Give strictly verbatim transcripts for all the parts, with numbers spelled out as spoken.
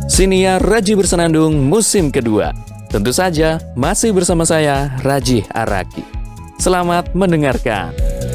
Siniar Raji Bersenandung musim kedua. Tentu saja masih bersama saya, Raji Araki. Selamat mendengarkan.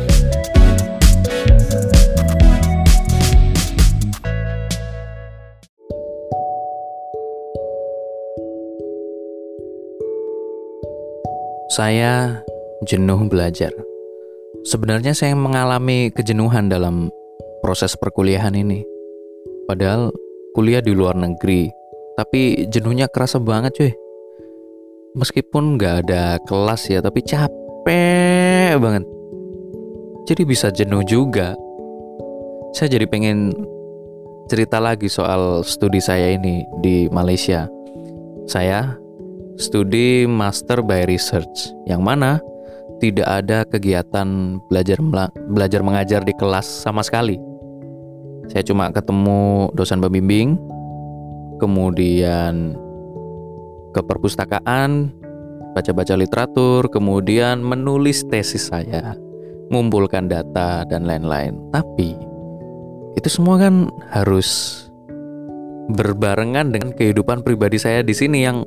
Saya jenuh belajar. Sebenarnya saya mengalami kejenuhan dalam proses perkuliahan ini. Padahal kuliah di luar negeri, tapi jenuhnya kerasa banget cuy. Meskipun gak ada kelas ya, tapi capek banget. Jadi bisa jenuh juga. Saya jadi pengen cerita lagi soal studi saya ini di Malaysia. Saya studi Master by Research, yang mana tidak ada kegiatan belajar belajar mengajar di kelas sama sekali. Saya cuma ketemu dosen pembimbing, kemudian ke perpustakaan, baca-baca literatur, kemudian menulis tesis saya, ngumpulkan data dan lain-lain. Tapi itu semua kan harus berbarengan dengan kehidupan pribadi saya di sini yang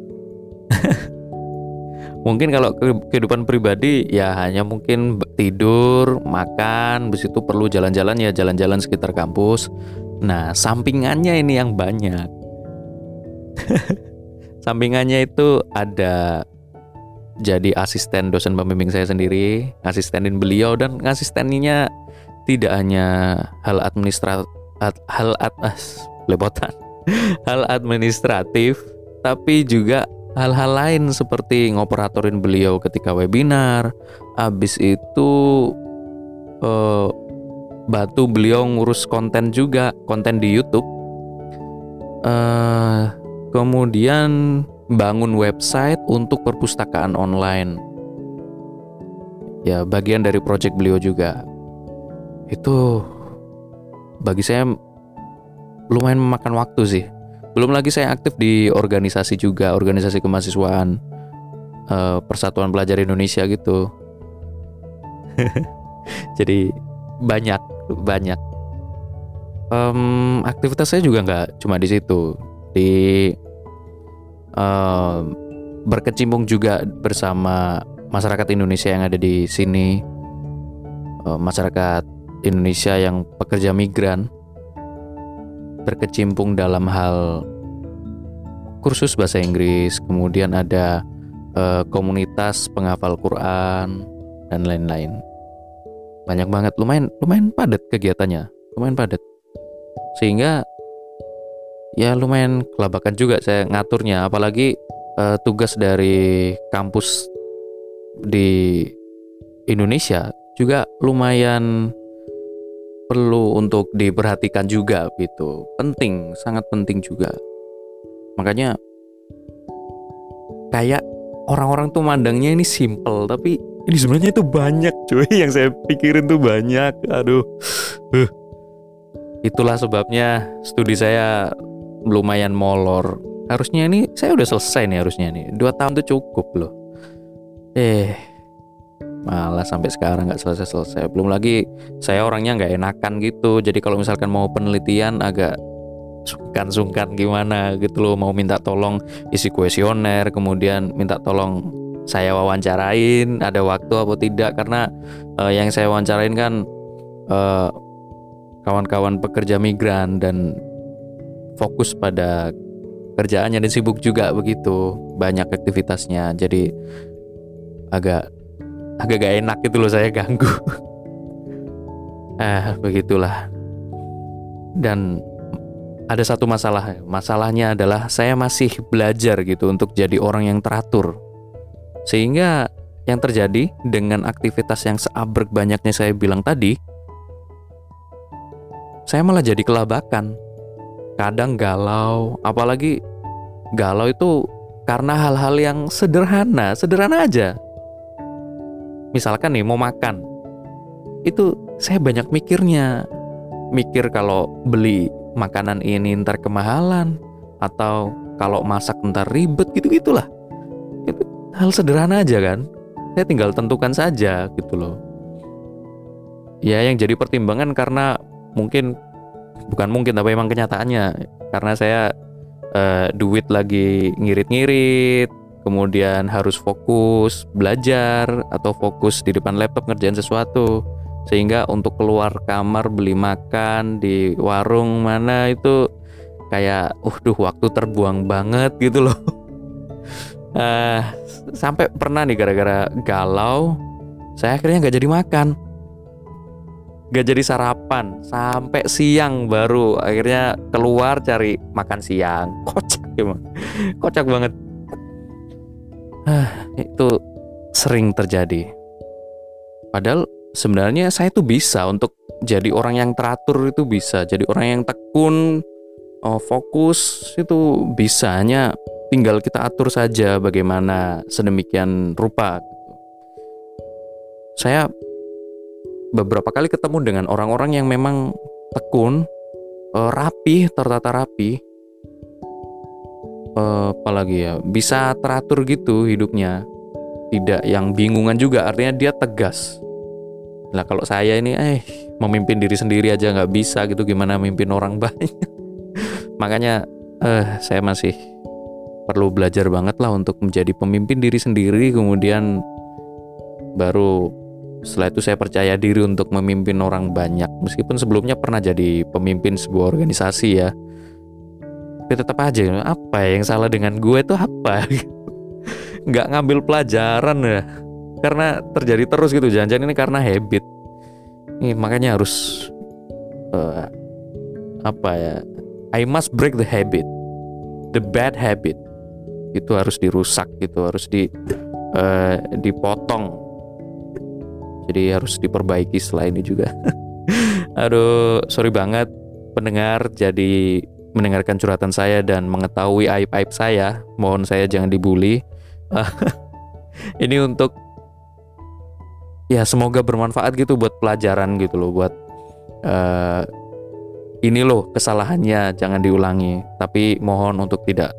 mungkin kalau kehidupan pribadi ya hanya mungkin tidur, makan, habis itu perlu jalan-jalan ya jalan-jalan sekitar kampus. Nah, sampingannya ini yang banyak. Sampingannya itu ada jadi asisten dosen pembimbing saya sendiri, asistenin beliau, dan ngasisteninya tidak hanya hal administratif, hal atas lepotan, hal administratif, tapi juga hal-hal lain seperti ngoperatorin beliau ketika webinar. Habis itu eh, bantu beliau ngurus konten juga, konten di YouTube. Eh, kemudian bangun website untuk perpustakaan online. Ya, bagian dari project beliau juga. Itu bagi saya lumayan memakan waktu sih. Belum lagi saya aktif di organisasi juga, organisasi kemahasiswaan, uh, Persatuan Pelajar Indonesia gitu. Jadi banyak, banyak. Um, aktivitas saya juga nggak cuma di situ, di uh, berkecimpung juga bersama masyarakat Indonesia yang ada di sini, uh, masyarakat Indonesia yang pekerja migran. Berkecimpung dalam hal kursus bahasa Inggris, kemudian ada uh, komunitas penghafal Quran dan lain-lain. Banyak banget, lumayan lumayan padat kegiatannya, lumayan padat. Sehingga ya lumayan kelabakan juga saya ngaturnya, apalagi uh, tugas dari kampus di Indonesia juga lumayan perlu untuk diperhatikan juga gitu. Penting, sangat penting juga. Makanya kayak orang-orang tuh mandangnya ini simple, tapi ini sebenarnya itu banyak cuy. Yang saya pikirin tuh banyak. Aduh. Uh. Itulah sebabnya studi saya lumayan molor. Harusnya ini saya udah selesai nih harusnya nih. Dua tahun tuh cukup loh. Eh malah sampai sekarang nggak selesai-selesai. Belum lagi saya orangnya nggak enakan gitu. Jadi kalau misalkan mau penelitian agak sungkan-sungkan gimana gitu loh. Mau minta tolong isi kuesioner, kemudian minta tolong saya wawancarain ada waktu apa tidak. Karena uh, yang saya wawancarain kan uh, kawan-kawan pekerja migran dan fokus pada kerjaannya dan sibuk juga begitu. Banyak aktivitasnya. Jadi agak agak gak enak gitu loh saya ganggu. Ah, begitulah. Dan ada satu masalah. Masalahnya adalah saya masih belajar gitu untuk jadi orang yang teratur. Sehingga yang terjadi dengan aktivitas yang seabrek banyaknya saya bilang tadi, saya malah jadi kelabakan. Kadang galau, apalagi galau itu karena hal-hal yang sederhana, sederhana aja. Misalkan nih mau makan, itu saya banyak mikirnya. Mikir kalau beli makanan ini ntar kemahalan, atau kalau masak ntar ribet gitu-gitulah. Itu hal sederhana aja kan. Saya tinggal tentukan saja gitu loh. Ya yang jadi pertimbangan karena mungkin, bukan mungkin tapi memang kenyataannya, karena saya uh, duit lagi ngirit-ngirit, kemudian harus fokus belajar atau fokus di depan laptop ngerjain sesuatu, sehingga untuk keluar kamar beli makan di warung mana itu kayak uh waktu terbuang banget gitu loh. uh, sampai pernah nih gara-gara galau saya akhirnya nggak jadi makan, nggak jadi sarapan sampai siang baru akhirnya keluar cari makan siang. Kocak emang, kocak banget. Ah, itu sering terjadi. Padahal sebenarnya saya tuh bisa untuk jadi orang yang teratur, itu bisa jadi orang yang tekun, oh, fokus itu bisa, hanya tinggal kita atur saja bagaimana sedemikian rupa. Saya beberapa kali ketemu dengan orang-orang yang memang tekun, rapi, tertata rapi, apalagi ya bisa teratur gitu hidupnya, tidak yang bingungan juga, artinya dia tegas. Nah kalau saya ini eh memimpin diri sendiri aja nggak bisa gitu, gimana mimpin orang banyak. Makanya eh saya masih perlu belajar banget lah untuk menjadi pemimpin diri sendiri, kemudian baru setelah itu saya percaya diri untuk memimpin orang banyak. Meskipun sebelumnya pernah jadi pemimpin sebuah organisasi ya, tapi tetap aja apa yang salah dengan gue itu apa? Nggak ngambil pelajaran ya, karena terjadi terus gitu. Jangan-jangan ini karena habit. Ini makanya harus uh, apa ya? I must break the habit, the bad habit. Itu harus dirusak, gitu, harus di uh, dipotong. Jadi harus diperbaiki setelah ini juga. Aduh, sorry banget pendengar, jadi mendengarkan curhatan saya dan mengetahui aib-aib saya. Mohon saya jangan dibully. Ini untuk ya semoga bermanfaat gitu buat pelajaran gitu loh, buat uh, ini loh kesalahannya, jangan diulangi. Tapi mohon untuk tidak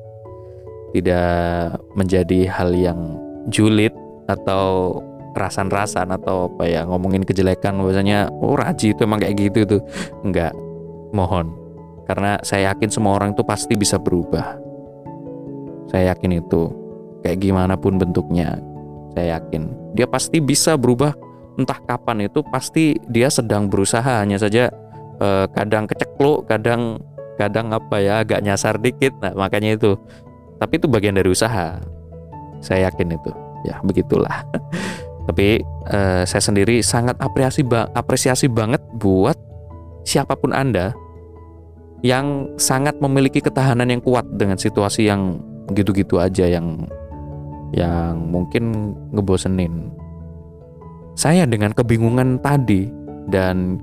tidak menjadi hal yang julid atau rasan-rasan atau apa ya, ngomongin kejelekan bahwasanya oh Raji itu emang kayak gitu tuh. Enggak, mohon, karena saya yakin semua orang itu pasti bisa berubah. Saya yakin itu, kayak gimana pun bentuknya, saya yakin dia pasti bisa berubah. Entah kapan itu pasti dia sedang berusaha, hanya saja eh, kadang kecekluk, kadang kadang apa ya agak nyasar dikit. Nah makanya itu, tapi itu bagian dari usaha, saya yakin itu ya, begitulah. Tapi eh, saya sendiri sangat apresiasi ba- apresiasi banget buat siapapun Anda yang sangat memiliki ketahanan yang kuat dengan situasi yang gitu-gitu aja, yang yang mungkin ngebosenin. Saya dengan kebingungan tadi dan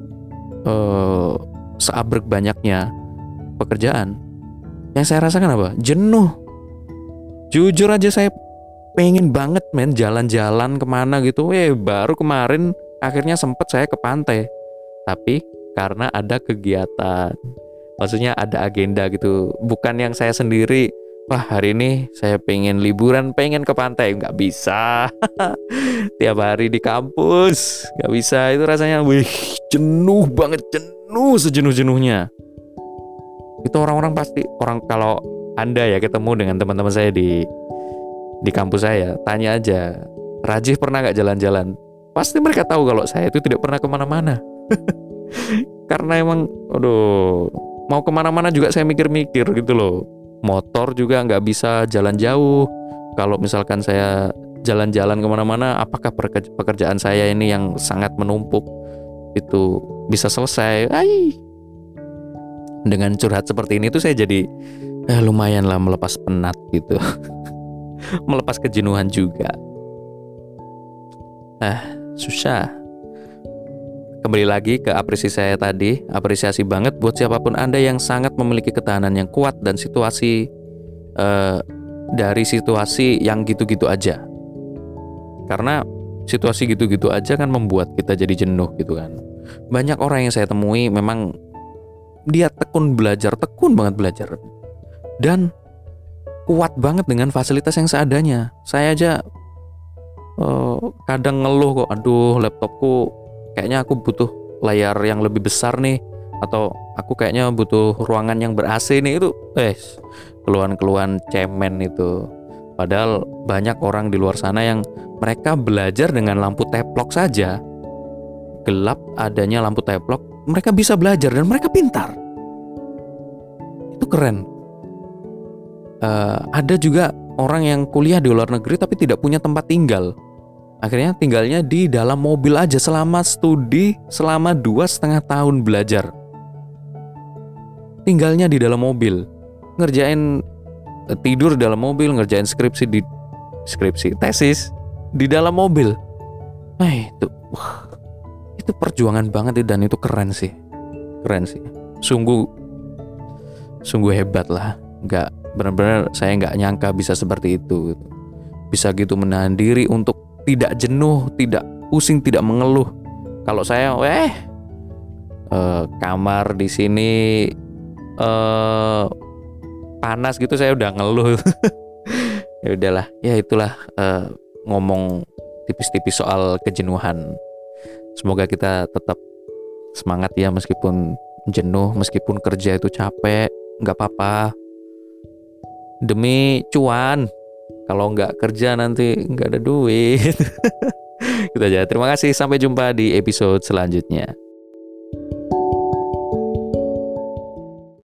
uh, seabrek banyaknya pekerjaan, yang saya rasakan apa? Jenuh. Jujur aja saya pengen banget men jalan-jalan kemana gitu. Eh baru kemarin akhirnya sempet saya ke pantai, tapi karena ada kegiatan, maksudnya ada agenda gitu, bukan yang saya sendiri. Wah hari ini saya pengen liburan, pengen ke pantai, nggak bisa. Tiap hari di kampus, nggak bisa. Itu rasanya wih jenuh banget, jenuh sejenuh-jenuhnya. Itu orang-orang pasti, orang kalau Anda ya ketemu dengan teman-teman saya di di kampus saya, tanya aja, Rajih pernah nggak jalan-jalan? Pasti mereka tahu kalau saya itu tidak pernah kemana-mana. Karena emang, aduh, mau kemana-mana juga saya mikir-mikir gitu loh. Motor juga nggak bisa jalan jauh. Kalau misalkan saya jalan-jalan kemana-mana, apakah pekerjaan saya ini yang sangat menumpuk itu bisa selesai? Ay. Dengan curhat seperti ini tuh saya jadi eh, lumayan lah melepas penat gitu. Melepas kejenuhan juga. Ah, susah. Kembali lagi ke apresiasi saya tadi, apresiasi banget buat siapapun Anda yang sangat memiliki ketahanan yang kuat dan situasi eh, dari situasi yang gitu-gitu aja. Karena situasi gitu-gitu aja kan membuat kita jadi jenuh gitu kan. Banyak orang yang saya temui memang dia tekun belajar, tekun banget belajar, dan kuat banget dengan fasilitas yang seadanya. Saya aja uh, kadang ngeluh kok, aduh laptopku kayaknya aku butuh layar yang lebih besar nih, atau aku kayaknya butuh ruangan yang ber-A C nih, itu eh keluhan-keluhan cemen itu. Padahal banyak orang di luar sana yang mereka belajar dengan lampu teplok saja, gelap adanya lampu teplok, mereka bisa belajar dan mereka pintar. Itu keren. Uh, ada juga orang yang kuliah di luar negeri tapi tidak punya tempat tinggal. Akhirnya tinggalnya di dalam mobil aja selama studi, selama dua setengah tahun belajar. Tinggalnya di dalam mobil, ngerjain tidur di dalam mobil, ngerjain skripsi di skripsi tesis di dalam mobil. Nah itu, wah, itu perjuangan banget dan itu keren sih, keren sih. Sungguh, sungguh hebat lah. Nggak, benar-benar saya nggak nyangka bisa seperti itu. Bisa gitu menahan diri untuk tidak jenuh, tidak pusing, tidak mengeluh. Kalau saya, eh, eh kamar di sini eh, panas gitu, saya udah ngeluh. Ya udahlah, ya itulah eh, ngomong tipis-tipis soal kejenuhan. Semoga kita tetap semangat ya meskipun jenuh, meskipun kerja itu capek, nggak apa-apa. Demi cuan. Kalau nggak kerja nanti nggak ada duit. Gitu aja. Terima kasih. Sampai jumpa di episode selanjutnya.